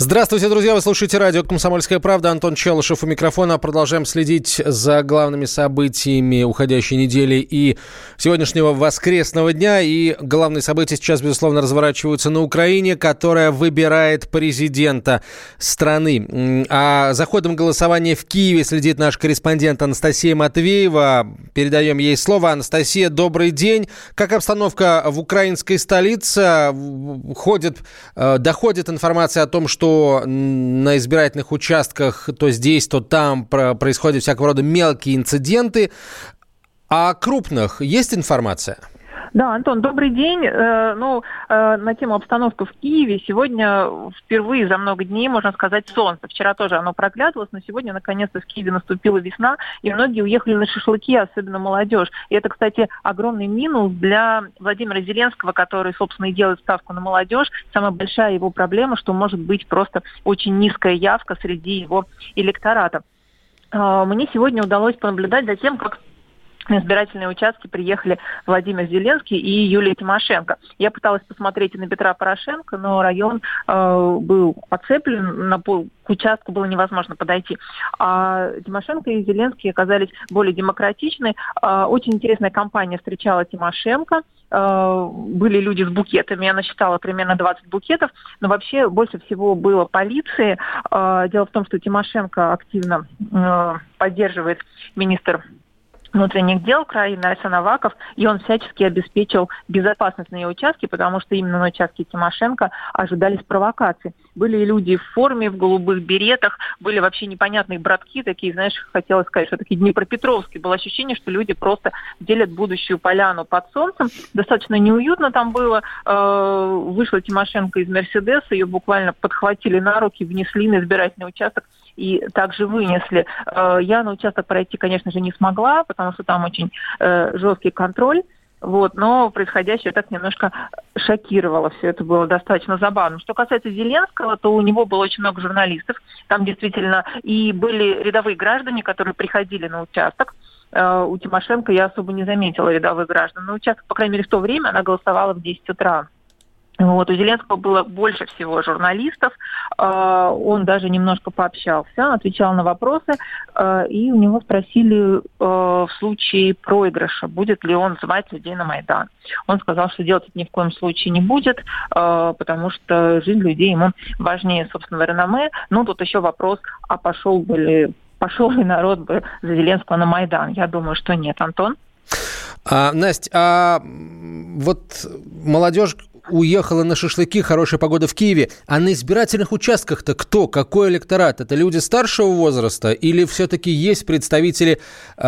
Здравствуйте, друзья! Вы слушаете радио «Комсомольская правда». Антон Челышев у микрофона. Продолжаем следить за главными событиями уходящей недели и сегодняшнего воскресного дня. И главные события сейчас, безусловно, разворачиваются на Украине, которая выбирает президента страны. А за ходом голосования в Киеве следит наш корреспондент Анастасия Матвеева. Передаем ей слово. Анастасия, добрый день. Как обстановка в украинской столице? Доходит информация о том, что на избирательных участках то здесь, то там происходят всякого рода мелкие инциденты. А крупных есть информация? Да, Антон, добрый день. На тему обстановки в Киеве сегодня впервые за много дней, можно сказать, солнце. Вчера тоже оно проглядывалось, но сегодня наконец-то в Киеве наступила весна, и многие уехали на шашлыки, особенно молодежь. И это, кстати, огромный минус для Владимира Зеленского, который, собственно, и делает ставку на молодежь. Самая большая его проблема, что может быть просто очень низкая явка среди его электората. Мне сегодня удалось понаблюдать за тем, как на избирательные участки приехали Владимир Зеленский и Юлия Тимошенко. Я пыталась посмотреть и на Петра Порошенко, но район был подцеплен, к участку было невозможно подойти. А Тимошенко и Зеленский оказались более демократичны. Очень интересная компания встречала Тимошенко. Были люди с букетами, я насчитала примерно 20 букетов, но вообще больше всего было полиции. Дело в том, что Тимошенко активно поддерживает министр внутренних дел Украины Арсен Аваков, и он всячески обеспечил безопасность на ее участке, потому что именно на участке Тимошенко ожидались провокации. Были и люди в форме, в голубых беретах, были вообще непонятные братки, такие, знаешь, хотелось сказать, что такие днепропетровские. Было ощущение, что люди просто делят будущую поляну под солнцем. Достаточно неуютно там было. Вышла Тимошенко из Мерседеса, ее буквально подхватили на руки, внесли на избирательный участок и также вынесли. Я на участок пройти, конечно же, не смогла, потому что там очень жесткий контроль. Но происходящее так немножко шокировало. Все это было достаточно забавно. Что касается Зеленского, то у него было очень много журналистов. Там действительно и были рядовые граждане, которые приходили на участок. У Тимошенко я особо не заметила рядовых граждан. На участок, по крайней мере, в то время она голосовала в 10 утра. У Зеленского было больше всего журналистов, он даже немножко пообщался, отвечал на вопросы, и у него спросили в случае проигрыша, будет ли он звать людей на Майдан. Он сказал, что делать это ни в коем случае не будет, потому что жизнь людей ему важнее собственного реноме. Тут еще вопрос, а пошел ли народ бы за Зеленского на Майдан? Я думаю, что нет. Антон? Настя, вот молодежь уехала на шашлыки, хорошая погода в Киеве. А на избирательных участках-то кто? Какой электорат? Это люди старшего возраста? Или все-таки есть представители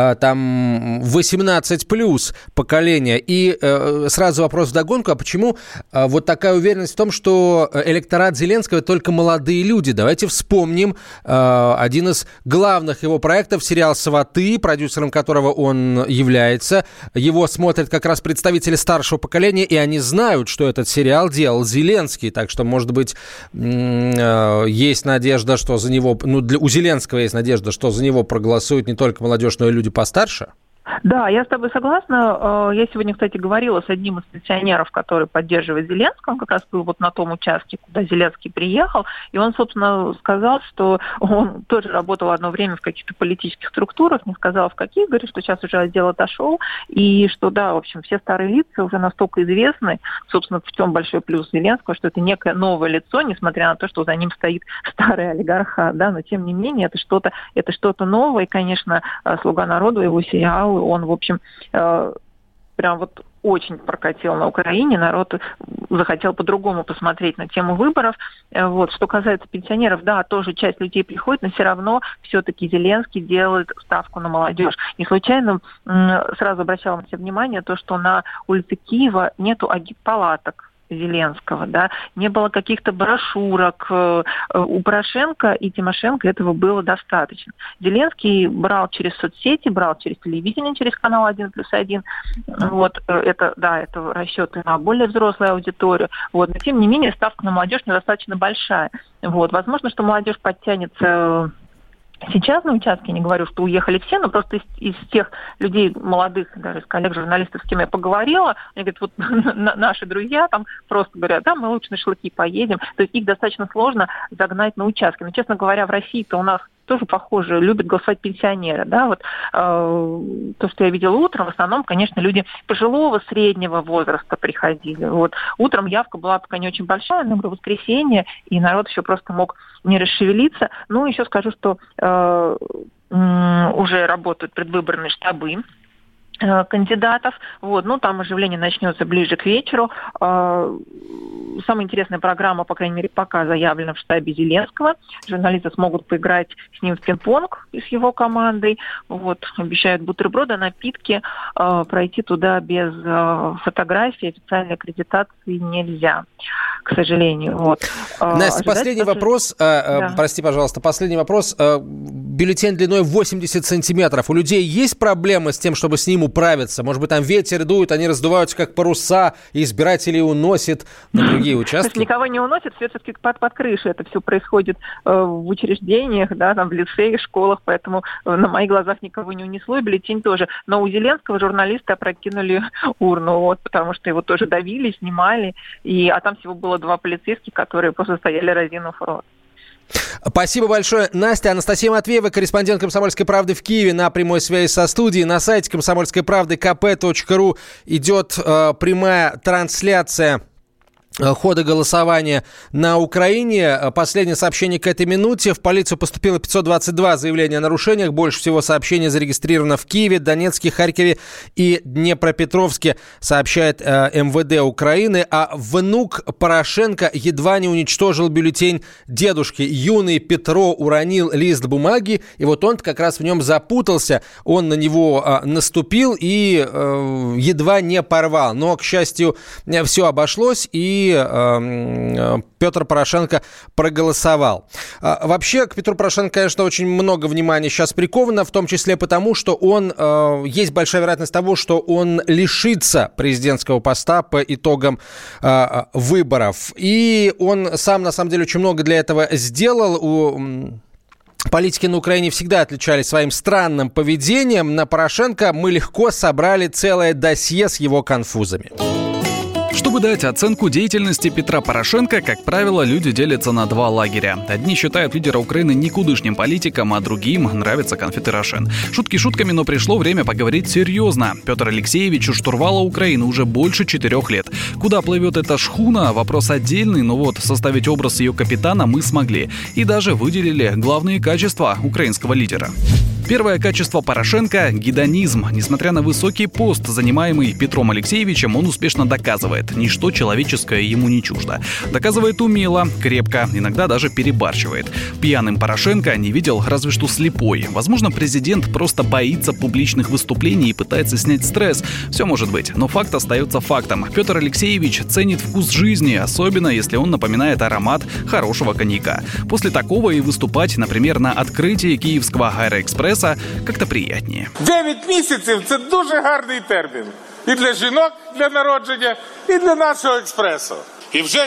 18+ поколения? И сразу вопрос вдогонку, а почему вот такая уверенность в том, что электорат Зеленского – это только молодые люди? Давайте вспомним один из главных его проектов, сериал «Сваты», продюсером которого он является. Его смотрят как раз представители старшего поколения, и они знают, что этот сериал делал Зеленский, так что, может быть, есть надежда, что за него, у Зеленского есть надежда, что за него проголосуют не только молодежь, но и люди постарше? Да, я с тобой согласна. Я сегодня, кстати, говорила с одним из пенсионеров, который поддерживает Зеленского, он как раз был на том участке, куда Зеленский приехал, и он, собственно, сказал, что он тоже работал одно время в каких-то политических структурах, не сказал в каких, говорит, что сейчас уже отдел отошел, и что, да, в общем, все старые лица уже настолько известны, собственно, в чем большой плюс Зеленского, что это некое новое лицо, несмотря на то, что за ним стоит старый олигархат, да, но тем не менее это что-то новое, и, конечно, «Слуга народа», его сериал, он, в общем, прям вот очень прокатил на Украине, народ захотел по-другому посмотреть на тему выборов. Что касается пенсионеров, да, тоже часть людей приходит, но все равно все-таки Зеленский делает ставку на молодежь. Не случайно сразу обращала на себя внимание то, что на улице Киева нету агитпалаток Зеленского, да, не было каких-то брошюрок. У Порошенко и Тимошенко этого было достаточно. Зеленский брал через соцсети, брал через телевидение, через канал 1+1. Это расчеты на более взрослую аудиторию. Но тем не менее ставка на молодежь недостаточно большая. Возможно, что молодежь подтянется Сейчас на участке, не говорю, что уехали все, но просто из тех людей молодых, даже из коллег-журналистов, с кем я поговорила, они говорят, вот наши друзья там просто говорят, да, мы лучше на шашлыки поедем. То есть их достаточно сложно загнать на участки. Но, честно говоря, в России-то у нас тоже похоже, любят голосовать пенсионеры, да, вот то, что я видела утром, в основном, конечно, люди пожилого, среднего возраста приходили. Вот утром явка была пока не очень большая, но было воскресенье, и народ еще просто мог не расшевелиться. Ну, еще скажу, что уже работают предвыборные штабы кандидатов. Вот. Ну, там оживление начнется ближе к вечеру. Самая интересная программа, по крайней мере, пока заявлена в штабе Зеленского. Журналисты смогут поиграть с ним в пинг-понг с его командой. Вот. Обещают бутерброды, напитки. Пройти туда без фотографий, официальной аккредитации нельзя, к сожалению. Вот. Настя, последний вопрос. Да. Прости, пожалуйста. Последний вопрос. Бюллетень длиной 80 сантиметров. У людей есть проблемы с тем, чтобы с ним управиться? Может быть, там ветер дует, они раздуваются как паруса, и избирателей уносит на другие участки? Никого не уносит, все-таки под крышей. Это все происходит в учреждениях, да, там в лицеях, школах, поэтому на моих глазах никого не унесло, и бюллетень тоже. Но у Зеленского журналисты опрокинули урну, вот, потому что его тоже давили, снимали, а там всего было 2 полицейских, которые просто стояли разинув рот. Спасибо большое, Настя. Анастасия Матвеева, корреспондент «Комсомольской правды» в Киеве, на прямой связи со студией. На сайте «Комсомольской правды» kp.ru идет прямая трансляция хода голосования на Украине. Последнее сообщение к этой минуте. В полицию поступило 522 заявления о нарушениях. Больше всего сообщений зарегистрировано в Киеве, Донецке, Харькове и Днепропетровске, сообщает МВД Украины. А внук Порошенко едва не уничтожил бюллетень дедушки. Юный Петро уронил лист бумаги, и вот он как раз в нем запутался. Он на него наступил и едва не порвал. Но, к счастью, все обошлось, и Петр Порошенко проголосовал. Вообще, к Петру Порошенко, конечно, очень много внимания сейчас приковано, в том числе потому, что есть большая вероятность того, что он лишится президентского поста по итогам выборов. И он сам, на самом деле, очень много для этого сделал. Политики на Украине всегда отличались своим странным поведением. На Порошенко мы легко собрали целое досье с его конфузами. Чтобы дать оценку деятельности Петра Порошенко, как правило, люди делятся на 2 лагеря. Одни считают лидера Украины никудышним политиком, а другим нравятся конфеты Рошен. Шутки шутками, но пришло время поговорить серьезно. Петр Алексеевич у штурвала Украины уже больше 4 лет. Куда плывет эта шхуна – вопрос отдельный, но вот составить образ ее капитана мы смогли. И даже выделили главные качества украинского лидера. Первое качество Порошенко – гедонизм. Несмотря на высокий пост, занимаемый Петром Алексеевичем, он успешно доказывает – ничто человеческое ему не чуждо. Доказывает умело, крепко, иногда даже перебарщивает. Пьяным Порошенко не видел разве что слепой. Возможно, президент просто боится публичных выступлений и пытается снять стресс. Все может быть, но факт остается фактом. Петр Алексеевич ценит вкус жизни, особенно если он напоминает аромат хорошего коньяка. После такого и выступать, например, на открытии Київського аероекспресса как-то приятнее. 9 місяців – це дуже гарний термін. І для жінок для народження, і для нашого експресу. І вже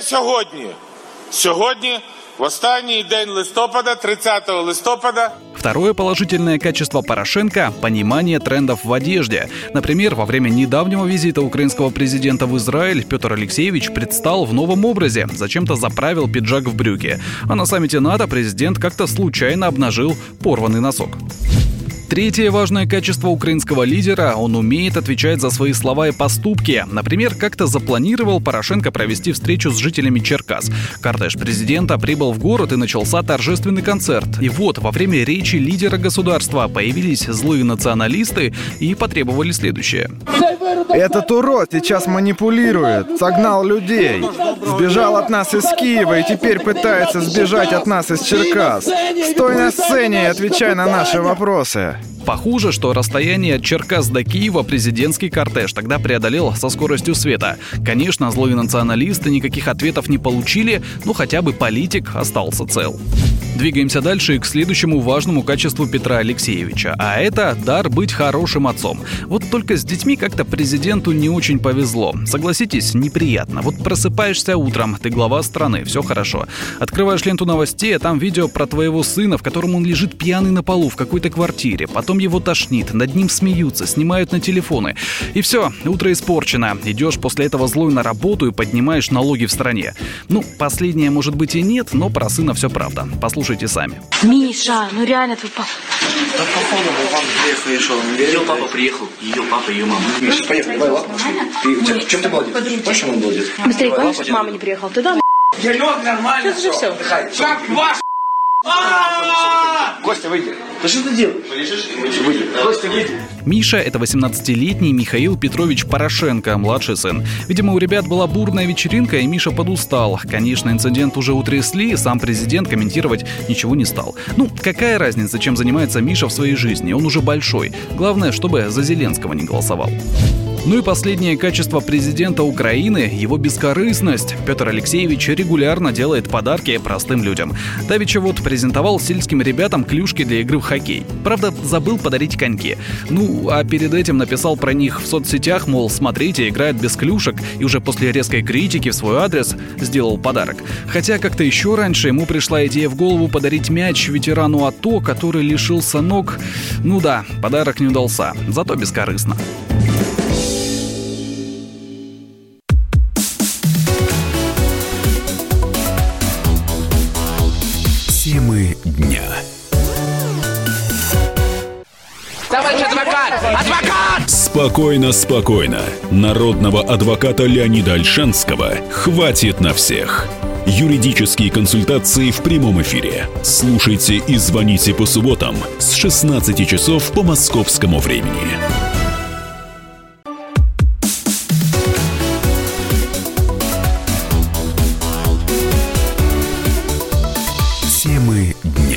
сьогодні, в останній день листопада, 30 листопада. Второе положительное качество Порошенко – понимание трендов в одежде. Например, во время недавнего визита украинского президента в Израиль Петр Алексеевич предстал в новом образе, зачем-то заправил пиджак в брюки. А на саммите НАТО президент как-то случайно обнажил порванный носок. Третье важное качество украинского лидера – он умеет отвечать за свои слова и поступки. Например, как-то запланировал Порошенко провести встречу с жителями Черкас. Кортеж президента прибыл в город и начался торжественный концерт. И вот, во время речи лидера государства появились злые националисты и потребовали следующее. Этот урод сейчас манипулирует, согнал людей, сбежал от нас из Киева и теперь пытается сбежать от нас из Черкас. Стой на сцене и отвечай на наши вопросы. Похоже, что расстояние от Черкас до Киева президентский кортеж тогда преодолел со скоростью света. Конечно, злые националисты никаких ответов не получили, но хотя бы политик остался цел. Двигаемся дальше к следующему важному качеству Петра Алексеевича, а это дар быть хорошим отцом. Вот только с детьми как-то президенту не очень повезло. Согласитесь, неприятно. Вот просыпаешься утром, ты глава страны, все хорошо. Открываешь ленту новостей, а там видео про твоего сына, в котором он лежит пьяный на полу в какой-то квартире. Потом его тошнит, над ним смеются, снимают на телефоны. И все, утро испорчено. Идешь после этого злой на работу и поднимаешь налоги в стране. Ну, последнее может быть и нет, но про сына все правда. Послушайте сами. Миша, ну реально твой папа. Да по полному вам приехал и шел. Ее папа приехал, ее папа, ее мама. Миша, поехали, давай лапу. В чем ты молодец? Знаешь, чем он молодец? Быстрее, главное, чтобы мама не приехала. Туда, Я лег нормально, сейчас же все. как ваш... Костя, выйди. Да что ты делаешь? Выйди. Костя, выйди. Миша – это 18-летний Михаил Петрович Порошенко, младший сын. Видимо, у ребят была бурная вечеринка, и Миша подустал. Конечно, инцидент уже утрясли, сам президент комментировать ничего не стал. Ну, какая разница, чем занимается Миша в своей жизни? Он уже большой. Главное, чтобы за Зеленского не голосовал. Ну и последнее качество президента Украины – его бескорыстность. Петр Алексеевич регулярно делает подарки простым людям. Давеча вот презентовал сельским ребятам клюшки для игры в хоккей. Правда, забыл подарить коньки. Ну, а перед этим написал про них в соцсетях, мол, смотрите, играют без клюшек, и уже после резкой критики в свой адрес сделал подарок. Хотя как-то еще раньше ему пришла идея в голову подарить мяч ветерану АТО, который лишился ног. Ну да, подарок не удался, зато бескорыстно. Темы дня. Товарищ адвокат! Адвокат! Спокойно, спокойно. Народного адвоката Леонида Ольшанского хватит на всех. Юридические консультации в прямом эфире. Слушайте и звоните по субботам с 16 часов по московскому времени. Темы дня.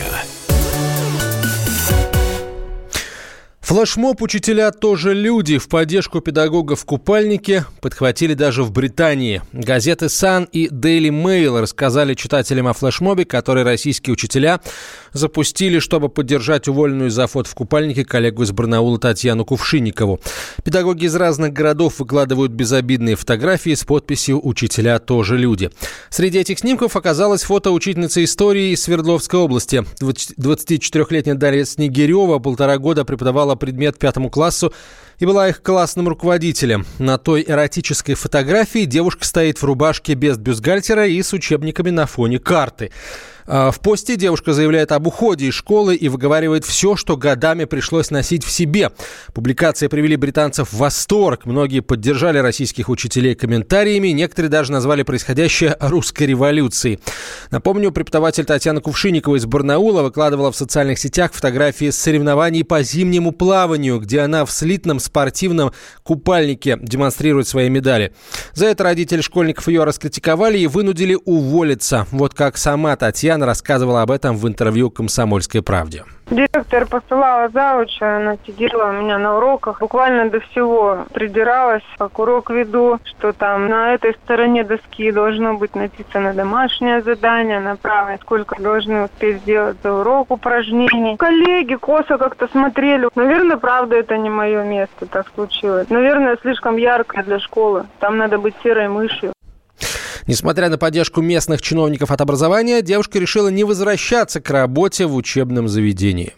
Флешмоб «Учителя тоже люди» в поддержку педагогов в купальнике подхватили даже в Британии. Газеты Sun и Daily Mail рассказали читателям о флешмобе, который российские учителя запустили, чтобы поддержать уволенную за фото в купальнике коллегу из Барнаула Татьяну Кувшинникову. Педагоги из разных городов выкладывают безобидные фотографии с подписью «Учителя тоже люди». Среди этих снимков оказалось фото учительницы истории из Свердловской области. 24-летняя Дарья Снегирева 1,5 года преподавала предмет 5 классу и была их классным руководителем. На той эротической фотографии девушка стоит в рубашке без бюстгальтера и с учебниками на фоне карты. В посте девушка заявляет об уходе из школы и выговаривает все, что годами пришлось носить в себе. Публикации привели британцев в восторг. Многие поддержали российских учителей комментариями. Некоторые даже назвали происходящее русской революцией. Напомню, преподаватель Татьяна Кувшинникова из Барнаула выкладывала в социальных сетях фотографии с соревнований по зимнему плаванию, где она в слитном спортивном купальнике демонстрирует свои медали. За это родители школьников ее раскритиковали и вынудили уволиться. Вот как сама Татьяна рассказывала об этом в интервью «Комсомольской правде». Директор посылала зауча, она сидела у меня на уроках, буквально до всего придиралась, как урок веду, что там на этой стороне доски должно быть написано домашнее задание, на правой сколько должны успеть сделать за урок упражнений. Коллеги косо как-то смотрели. Наверное, правда, это не мое место, так случилось. Наверное, слишком ярко для школы, там надо быть серой мышью. Несмотря на поддержку местных чиновников от образования, девушка решила не возвращаться к работе в учебном заведении.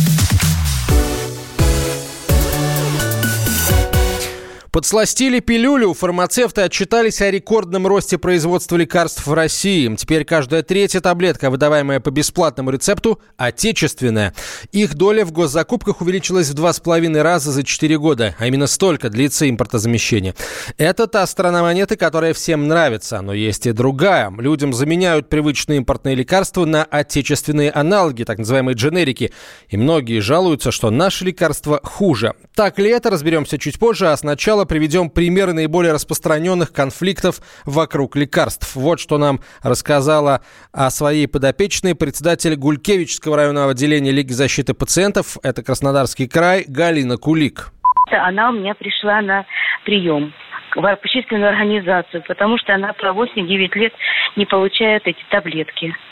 Подсластили пилюлю. Фармацевты отчитались о рекордном росте производства лекарств в России. Теперь каждая третья таблетка, выдаваемая по бесплатному рецепту, отечественная. Их доля в госзакупках увеличилась в 2,5 раза за 4 года. А именно столько длится импортозамещение. Это та сторона монеты, которая всем нравится. Но есть и другая. Людям заменяют привычные импортные лекарства на отечественные аналоги, так называемые дженерики. И многие жалуются, что наши лекарства хуже. Так ли это, разберемся чуть позже, а сначала приведем примеры наиболее распространенных конфликтов вокруг лекарств. Вот что нам рассказала о своей подопечной председатель Гулькевичского районного отделения Лиги защиты пациентов, это Краснодарский край, Галина Кулик. Она у меня пришла на прием в общественную организацию, потому что она по 8-9 лет не получает эти таблетки.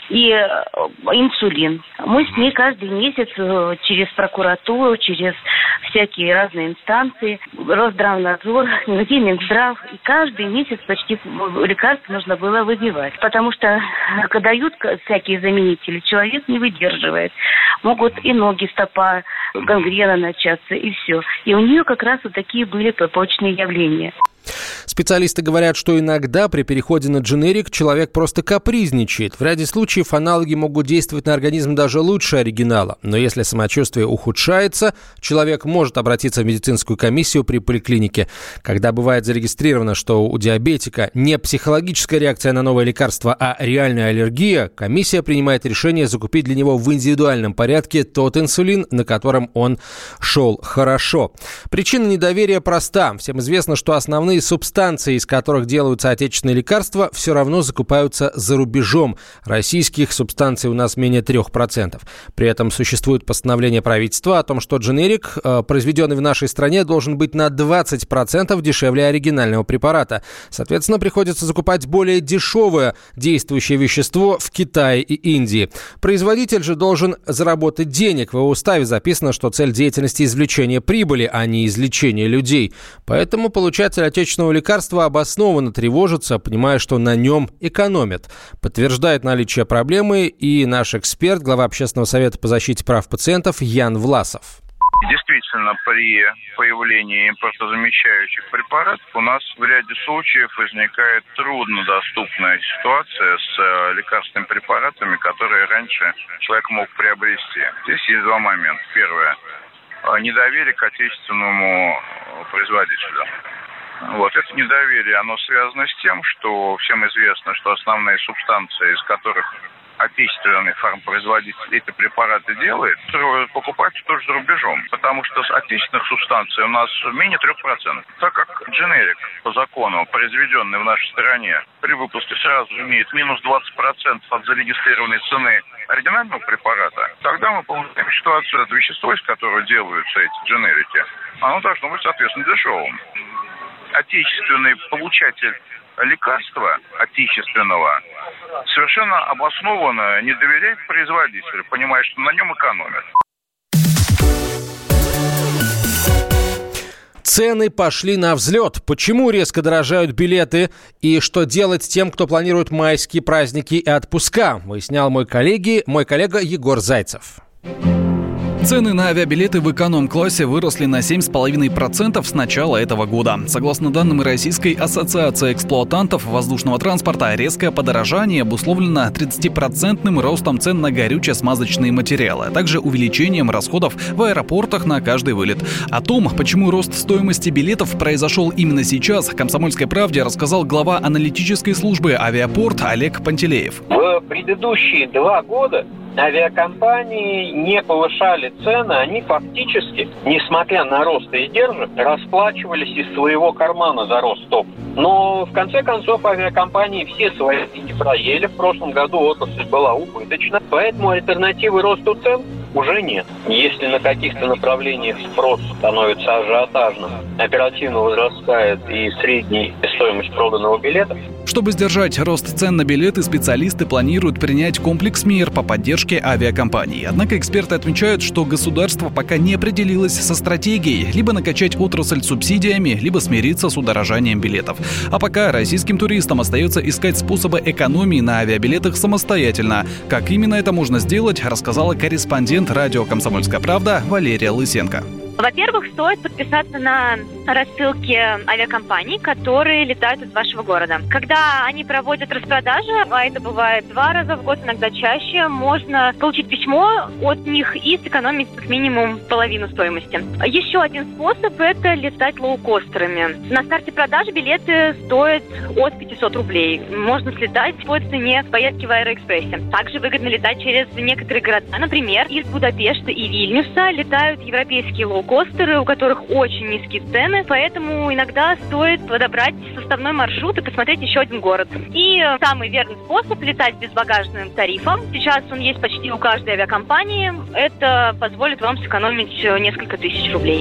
и инсулин. Мы с ней каждый месяц через прокуратуру, через всякие разные инстанции, Росздравнадзор, где Минздрав, и каждый месяц почти лекарства нужно было выбивать. Потому что, когда дают всякие заменители, человек не выдерживает. Могут и ноги, стопа, гангрена начаться, и все. И у нее как раз вот такие были побочные явления. Специалисты говорят, что иногда при переходе на дженерик человек просто капризничает. В ряде случаев аналоги могут действовать на организм даже лучше оригинала. Но если самочувствие ухудшается, человек может обратиться в медицинскую комиссию при поликлинике. Когда бывает зарегистрировано, что у диабетика не психологическая реакция на новое лекарство, а реальная аллергия, комиссия принимает решение закупить для него в индивидуальном порядке тот инсулин, на котором он шел хорошо. Причина недоверия проста. Всем известно, что основные субстанции, из которых делаются отечественные лекарства, все равно закупаются за рубежом. Российских субстанций у нас менее 3%. При этом существует постановление правительства о том, что дженерик, произведенный в нашей стране, должен быть на 20% дешевле оригинального препарата. Соответственно, приходится закупать более дешевое действующее вещество в Китае и Индии. Производитель же должен заработать денег. В его уставе записано, что цель деятельности – извлечение прибыли, а не излечение людей. Поэтому получатель отечественного лекарства обоснованно тревожится, понимая, что на нем экономят. Подтверждает наличие проблемы и наш эксперт, глава Общественного совета по защите прав пациентов Ян Власов. Действительно, при появлении импортозамещающих препаратов у нас в ряде случаев возникает труднодоступная ситуация с лекарственными препаратами, которые раньше человек мог приобрести. Здесь есть два момента. Первое – недоверие к отечественному производителю. Это недоверие, оно связано с тем, что всем известно, что основные субстанции, из которых отечественный фармпроизводитель эти препараты делает, покупаются тоже за рубежом. Потому что с отечественных субстанций у нас менее 3%. Так как дженерик по закону, произведенный в нашей стране, при выпуске сразу имеет минус 20% от зарегистрированной цены оригинального препарата, тогда мы получаем ситуацию, это вещество, из которого делаются эти дженерики, оно должно быть, соответственно, дешевым. Отечественный получатель лекарства отечественного совершенно обоснованно не доверяет производителю, понимая, что на нем экономят. Цены пошли на взлет. Почему резко дорожают билеты? И что делать тем, кто планирует майские праздники и отпуска? Выяснял мой коллега Егор Зайцев. Цены на авиабилеты в эконом-классе выросли на 7,5% с начала этого года. Согласно данным Российской ассоциации эксплуатантов воздушного транспорта, резкое подорожание обусловлено 30% ростом цен на горюче-смазочные материалы, а также увеличением расходов в аэропортах на каждый вылет. О том, почему рост стоимости билетов произошел именно сейчас, «Комсомольской правде» рассказал глава аналитической службы «Авиапорт» Олег Пантелеев. В предыдущие 2 года авиакомпании не повышали цены, они фактически, несмотря на рост издержек, расплачивались из своего кармана за рост топлива. Но в конце концов авиакомпании все свои деньги проели. В прошлом году отрасль была убыточна, поэтому альтернативы росту цен уже нет. Если на каких-то направлениях спрос становится ажиотажным, оперативно возрастает и средняя стоимость проданного билета. Чтобы сдержать рост цен на билеты, специалисты планируют принять комплекс мер по поддержке авиакомпаний. Однако эксперты отмечают, что государство пока не определилось со стратегией: либо накачать отрасль субсидиями, либо смириться с удорожанием билетов. А пока российским туристам остается искать способы экономии на авиабилетах самостоятельно. Как именно это можно сделать, рассказала корреспондент радио «Комсомольская правда» Валерия Лысенко. Во-первых, стоит подписаться на рассылки авиакомпаний, которые летают из вашего города. Когда они проводят распродажи, а это бывает 2 раза в год, иногда чаще, можно получить письмо от них и сэкономить как минимум половину стоимости. Еще один способ – это летать лоукостерами. На старте продажи билеты стоят от 500 рублей. Можно слетать по цене поездки в Аэроэкспрессе. Также выгодно летать через некоторые города. Например, из Будапешта и Вильнюса летают европейские лоукостеры, у которых очень низкие цены, поэтому иногда стоит подобрать составной маршрут и посмотреть еще один город. И самый верный способ – летать безбагажным тарифом. Сейчас он есть почти у каждой авиакомпании. Это позволит вам сэкономить несколько тысяч рублей.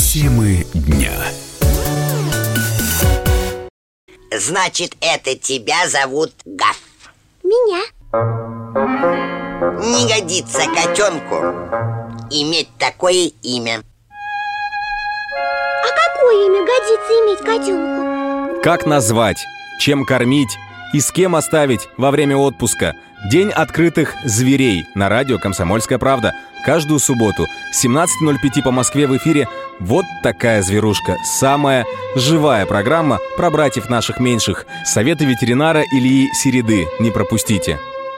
Темы дня. Значит, это тебя зовут Гав? Меня. Не годится котенку иметь такое имя. А какое имя годится иметь котенку? Как назвать, чем кормить и с кем оставить во время отпуска? День открытых зверей на радио «Комсомольская правда». Каждую субботу с 17:05 по Москве в эфире «Вот такая зверушка». Самая живая программа про братьев наших меньших. Советы ветеринара Ильи Середы. Не пропустите.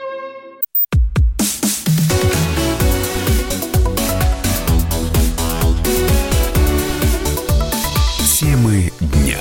Темы дня.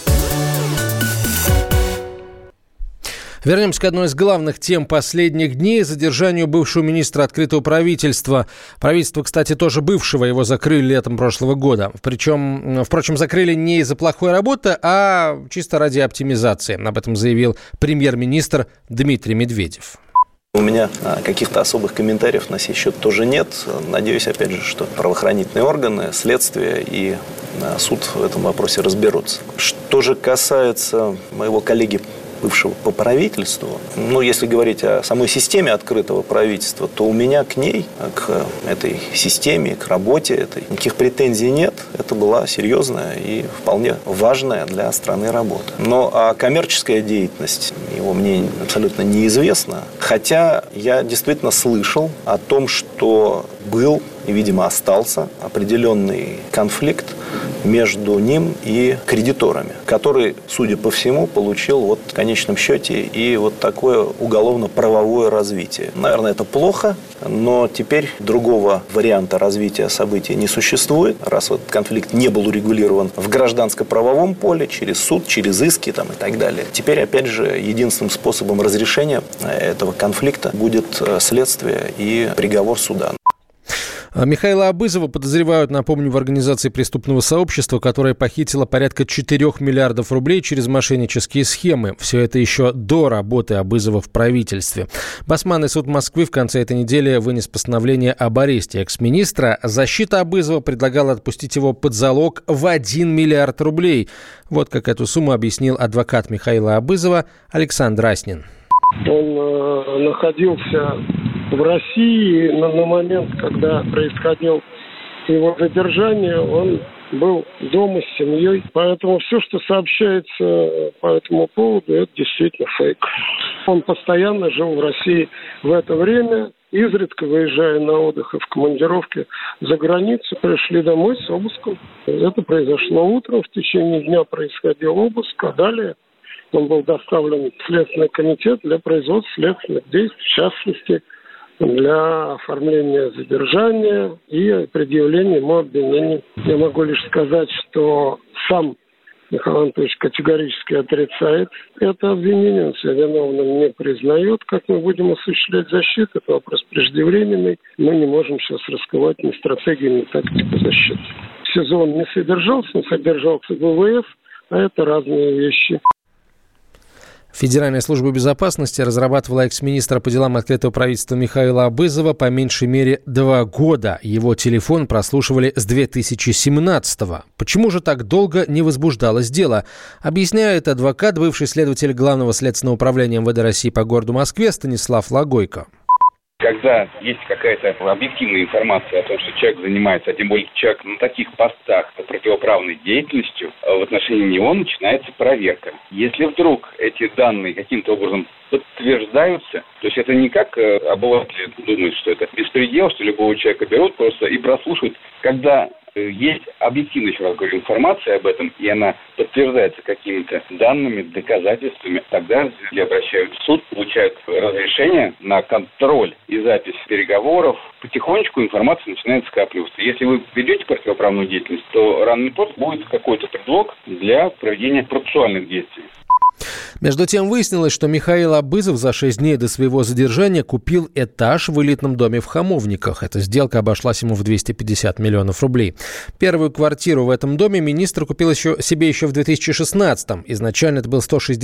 Вернемся к одной из главных тем последних дней – задержанию бывшего министра открытого правительства. Правительство, кстати, тоже бывшего, его закрыли летом прошлого года. Впрочем, закрыли не из-за плохой работы, а чисто ради оптимизации. Об этом заявил премьер-министр Дмитрий Медведев. У меня каких-то особых комментариев на сей счет тоже нет. Надеюсь, опять же, что правоохранительные органы, следствие и суд в этом вопросе разберутся. Что же касается моего коллеги, бывшего по правительству, если говорить о самой системе открытого правительства, то у меня к ней, к этой системе, к работе этой, никаких претензий нет. Это была серьезная и вполне важная для страны работа. Но коммерческая деятельность его мне абсолютно неизвестна. Хотя я действительно слышал о том, что был и, видимо, остался определенный конфликт между ним и кредиторами, который, судя по всему, получил в конечном счете и такое уголовно-правовое развитие. Наверное, это плохо, но теперь другого варианта развития событий не существует, раз конфликт не был урегулирован в гражданско-правовом поле, через суд, через иски и так далее. Теперь, опять же, единственным способом разрешения этого конфликта будет следствие и приговор суда. Михаила Абызова подозревают, напомню, в организации преступного сообщества, которое похитило порядка 4 миллиардов рублей через мошеннические схемы. Все это еще до работы Абызова в правительстве. Басманный суд Москвы в конце этой недели вынес постановление об аресте экс-министра. Защита Абызова предлагала отпустить его под залог в 1 миллиард рублей. Вот как эту сумму объяснил адвокат Михаила Абызова Александр Аснин. Он находился в России на момент, когда происходило его задержание, он был дома с семьей. Поэтому все, что сообщается по этому поводу, это действительно фейк. Он постоянно жил в России в это время, изредка выезжая на отдых и в командировке за границу, пришли домой с обыском. Это произошло утром, в течение дня происходил обыск, а далее он был доставлен в Следственный комитет для производства следственных действий, в частности, для оформления задержания и предъявления ему обвинений. Я могу лишь сказать, что сам Михаил Анатольевич категорически отрицает это обвинение, он себя виновным не признает. Как мы будем осуществлять защиту, это вопрос преждевременный. Мы не можем сейчас раскрывать ни стратегию, ни тактику защиты. В СИЗО он не содержался, он содержался в ВВС, а это разные вещи. Федеральная служба безопасности разрабатывала экс-министра по делам открытого правительства Михаила Абызова по меньшей мере 2 года. Его телефон прослушивали с 2017-го. Почему же так долго не возбуждалось дело? Объясняет адвокат, бывший следователь Главного следственного управления МВД России по городу Москве Станислав Логойко. Когда есть какая-то объективная информация о том, что человек занимается, а тем более человек на таких постах противоправной деятельностью, в отношении него начинается проверка. Если вдруг эти данные каким-то образом подтверждаются, то есть это не как обыватели думают, что это беспредел, что любого человека берут просто и прослушивают. Когда есть объективная, еще раз говорю, информация об этом, и она подтверждается какими-то данными, доказательствами, тогда люди обращаются в суд, получают разрешение на контроль и запись переговоров. Потихонечку информация начинает скапливаться. Если вы ведете противоправную деятельность, то рано или поздно будет какой-то предлог для проведения процессуальных действий. Между тем выяснилось, что Михаил Абызов за 6 дней до своего задержания купил этаж в элитном доме в Хамовниках. Эта сделка обошлась ему в 250 миллионов рублей. Первую квартиру в этом доме министр купил себе еще в 2016-м. Изначально это был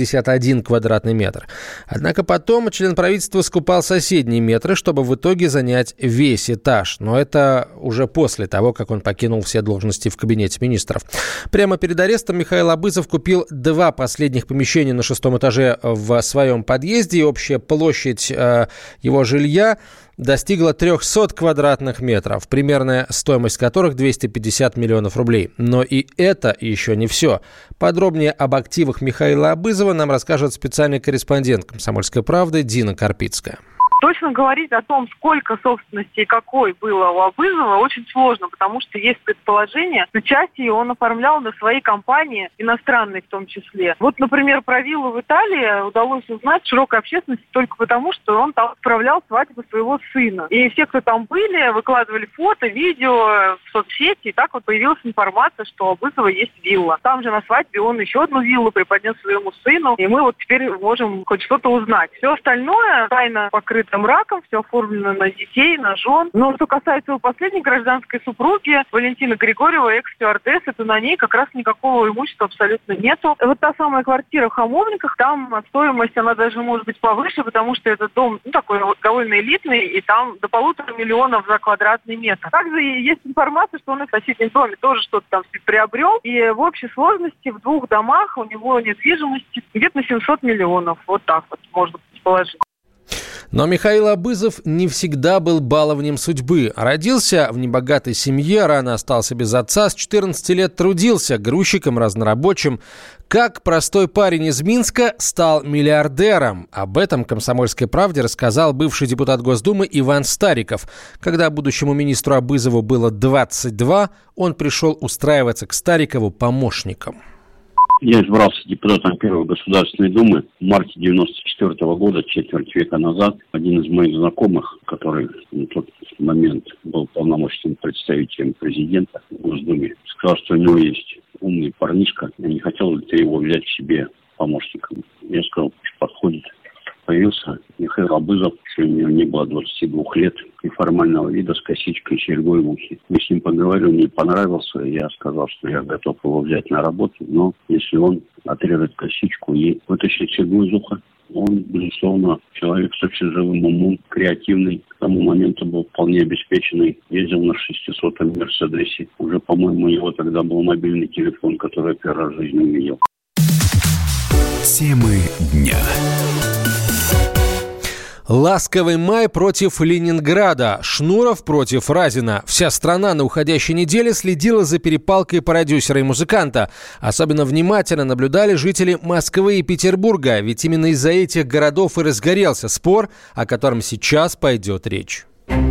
161 квадратный метр. Однако потом член правительства скупал соседние метры, чтобы в итоге занять весь этаж. Но это уже после того, как он покинул все должности в кабинете министров. Прямо перед арестом Михаил Абызов купил 2 последних помещения на 6-м этаже в своем подъезде. И общая площадь его жилья достигла 300 квадратных метров, примерная стоимость которых 250 миллионов рублей. Но и это еще не все. Подробнее об активах Михаила Абызова нам расскажет специальный корреспондент «Комсомольской правды» Дина Карпицкая. Точно говорить о том, сколько собственности какой было у Абызова, очень сложно, потому что есть предположение, что часть ее он оформлял на свои компании, иностранные в том числе. Вот, например, про виллу в Италии удалось узнать широкой общественности только потому, что он там отправлял свадьбу своего сына. И все, кто там были, выкладывали фото, видео в соцсети, и так вот появилась информация, что у Абызова есть вилла. Там же на свадьбе он еще одну виллу преподнес своему сыну, и мы вот теперь можем хоть что-то узнать. Все остальное тайна покрыта мраком, все оформлено на детей, на жен. Но что касается его последней гражданской супруги, Валентины Григорьевой, экс-стюардессы, то на ней как раз никакого имущества абсолютно нету. Вот та самая квартира в Хамовниках, там стоимость, она даже может быть повыше, потому что этот дом такой довольно элитный, и там до 1,5 миллиона за квадратный метр. Также есть информация, что он и в соседнем доме тоже что-то там приобрел, и в общей сложности в 2 домах у него недвижимости где-то на 700 миллионов. Вот так вот можно предположить. Но Михаил Абызов не всегда был баловнем судьбы. Родился в небогатой семье, рано остался без отца, с 14 лет трудился грузчиком, разнорабочим. Как простой парень из Минска стал миллиардером? Об этом «Комсомольской правде» рассказал бывший депутат Госдумы Иван Стариков. Когда будущему министру Абызову было 22, он пришел устраиваться к Старикову помощником. Я избрался депутатом Первой Государственной Думы в марте 1994 года, четверть века назад. Один из моих знакомых, который на тот момент был полномочным представителем президента в Госдуме, сказал, что у него есть умный парнишка, и не хотел ли ты его взять к себе помощником. Я сказал, что подходит. Появился Михаил Абызов, еще у него не было 22 лет, неформального вида, с косичкой, серьгой в ухе. Мы с ним поговорили, он мне понравился, и я сказал, что я готов его взять на работу, но если он отрежет косичку и вытащит серьгу из уха, он, безусловно, человек с очень живым умом, креативный, к тому моменту был вполне обеспеченный, ездил на 600-м Мерседесе. Уже, по-моему, у него тогда был мобильный телефон, который я первый раз в жизни увидел. Темы дня. Ласковый май против Ленинграда. Шнуров против Разина. Вся страна на уходящей неделе следила за перепалкой продюсера и музыканта. Особенно внимательно наблюдали жители Москвы и Петербурга, ведь именно из-за этих городов и разгорелся спор, о котором сейчас пойдет речь.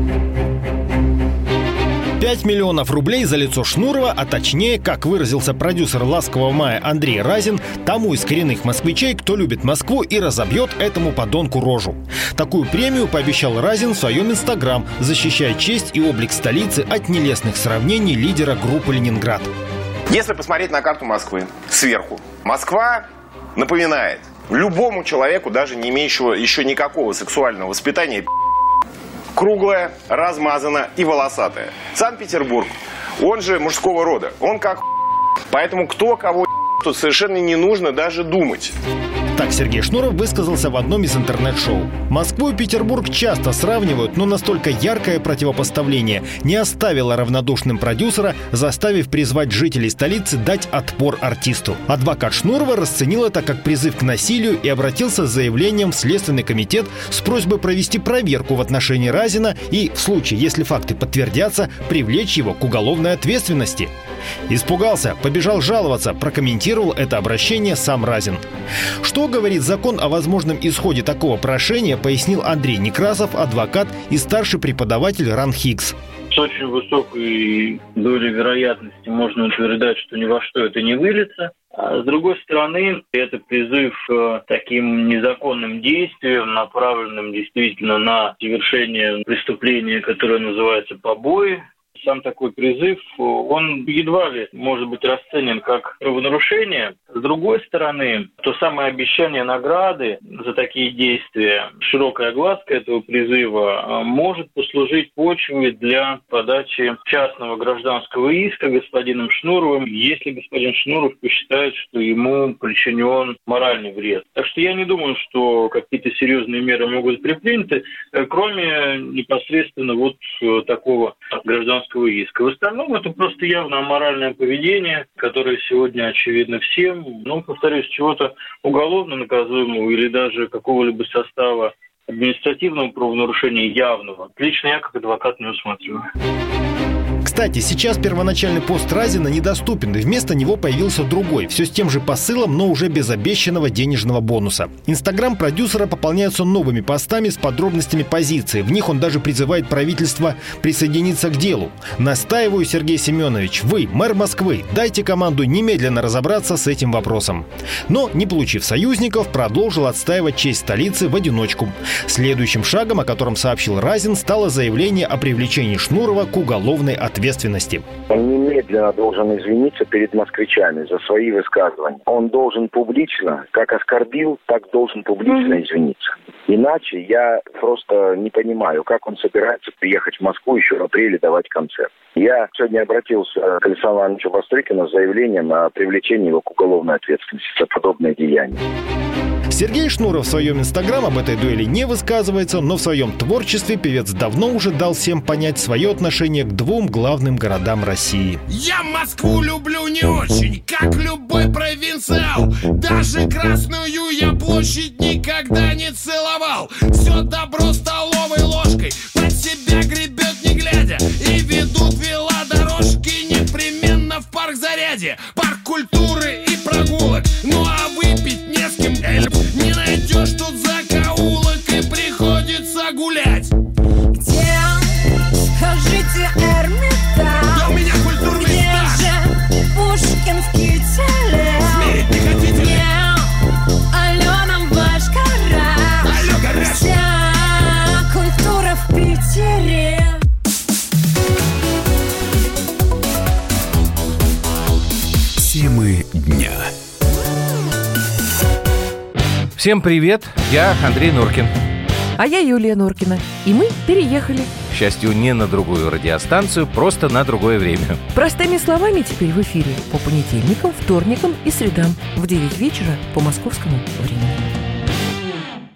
5 миллионов рублей за лицо Шнурова, а точнее, как выразился продюсер «Ласкового мая» Андрей Разин, тому из коренных москвичей, кто любит Москву и разобьет этому подонку рожу. Такую премию пообещал Разин в своем инстаграм, защищая честь и облик столицы от нелестных сравнений лидера группы «Ленинград». Если посмотреть на карту Москвы сверху, Москва напоминает любому человеку, даже не имеющего еще никакого сексуального воспитания, круглая, размазана и волосатая. Санкт-Петербург, он же мужского рода, он как поэтому кто кого тут совершенно не нужно даже думать. Так Сергей Шнуров высказался в одном из интернет-шоу. Москву и Петербург часто сравнивают, но настолько яркое противопоставление не оставило равнодушным продюсера, заставив призвать жителей столицы дать отпор артисту. Адвокат Шнурова расценил это как призыв к насилию и обратился с заявлением в Следственный комитет с просьбой провести проверку в отношении Разина и, в случае, если факты подтвердятся, привлечь его к уголовной ответственности. Испугался, побежал жаловаться, прокомментировал это обращение сам Разин. Что говорит закон о возможном исходе такого прошения, пояснил Андрей Некрасов, адвокат и старший преподаватель РАН-ХИКС. С очень высокой долей вероятности можно утверждать, что ни во что это не выльется. А с другой стороны, это призыв к таким незаконным действиям, направленным действительно на совершение преступления, которое называется побои. Сам такой призыв, он едва ли может быть расценен как правонарушение. С другой стороны, то самое обещание награды за такие действия, широкая огласка этого призыва может послужить почвой для подачи частного гражданского иска господином Шнуровым, если господин Шнуров посчитает, что ему причинен моральный вред. Так что я не думаю, что какие-то серьезные меры могут быть предприняты, кроме непосредственно вот такого гражданского иска. В остальном это просто явно аморальное поведение, которое сегодня очевидно всем. Но, повторюсь, чего-то уголовно наказуемого или даже какого-либо состава административного правонарушения явного лично я как адвокат не усматриваю. Кстати, сейчас первоначальный пост Разина недоступен, и вместо него появился другой, все с тем же посылом, но уже без обещанного денежного бонуса. Инстаграм продюсера пополняется новыми постами с подробностями позиции. В них он даже призывает правительство присоединиться к делу. Настаиваю, Сергей Семенович, вы, мэр Москвы, дайте команду немедленно разобраться с этим вопросом. Но, не получив союзников, продолжил отстаивать честь столицы в одиночку. Следующим шагом, о котором сообщил Разин, стало заявление о привлечении Шнурова к уголовной ответственности. Он немедленно должен извиниться перед москвичами за свои высказывания. Он должен публично, как оскорбил, так должен публично извиниться. Иначе я просто не понимаю, как он собирается приехать в Москву еще в апреле давать концерт. Я сегодня обратился к Александру Ивановичу Бастрыкину с заявлением о привлечении его к уголовной ответственности за подобное деяние. Сергей Шнуров в своем инстаграм об этой дуэли не высказывается, но в своем творчестве певец давно уже дал всем понять свое отношение к двум главным городам России. Я Москву люблю не очень, как любой провинциал. Даже Красную я площадь никогда не целовал. Все добро столовой ложкой под себя гребет не глядя. И ведут велодорожки непременно в парк Зарядье, парк культуры и прогулок. Ну а выпить не с кем, не найдешь тут закоулок и приходится гулять. Где, скажите, Эрмитаж? Да у меня культурный стаж. Где же Пушкинский телек? Смереть не хотите ли? Алена, ваш гараж. Алло, гараж. Вся культура в Питере. Темы дня. Всем привет, я Андрей Норкин. А я Юлия Норкина. И мы переехали. К счастью, не на другую радиостанцию, просто на другое время. Простыми словами теперь в эфире по понедельникам, вторникам и средам в 9 вечера по московскому времени.